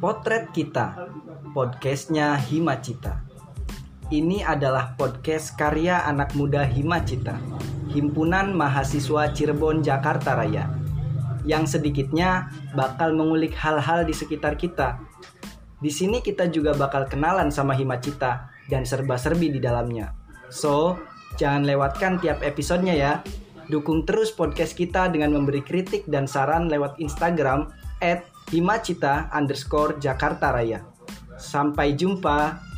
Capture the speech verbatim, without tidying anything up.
Potret Kita, podcastnya Himacita. Ini adalah podcast karya anak muda Himacita, Himpunan Mahasiswa Cirebon Jakarta Raya, yang sedikitnya bakal mengulik hal-hal di sekitar kita. Di sini kita juga bakal kenalan sama Himacita dan serba-serbi di dalamnya. So, jangan lewatkan tiap episodenya ya. Dukung terus podcast kita dengan memberi kritik dan saran lewat Instagram at himacita underscore Jakarta Raya. Sampai jumpa.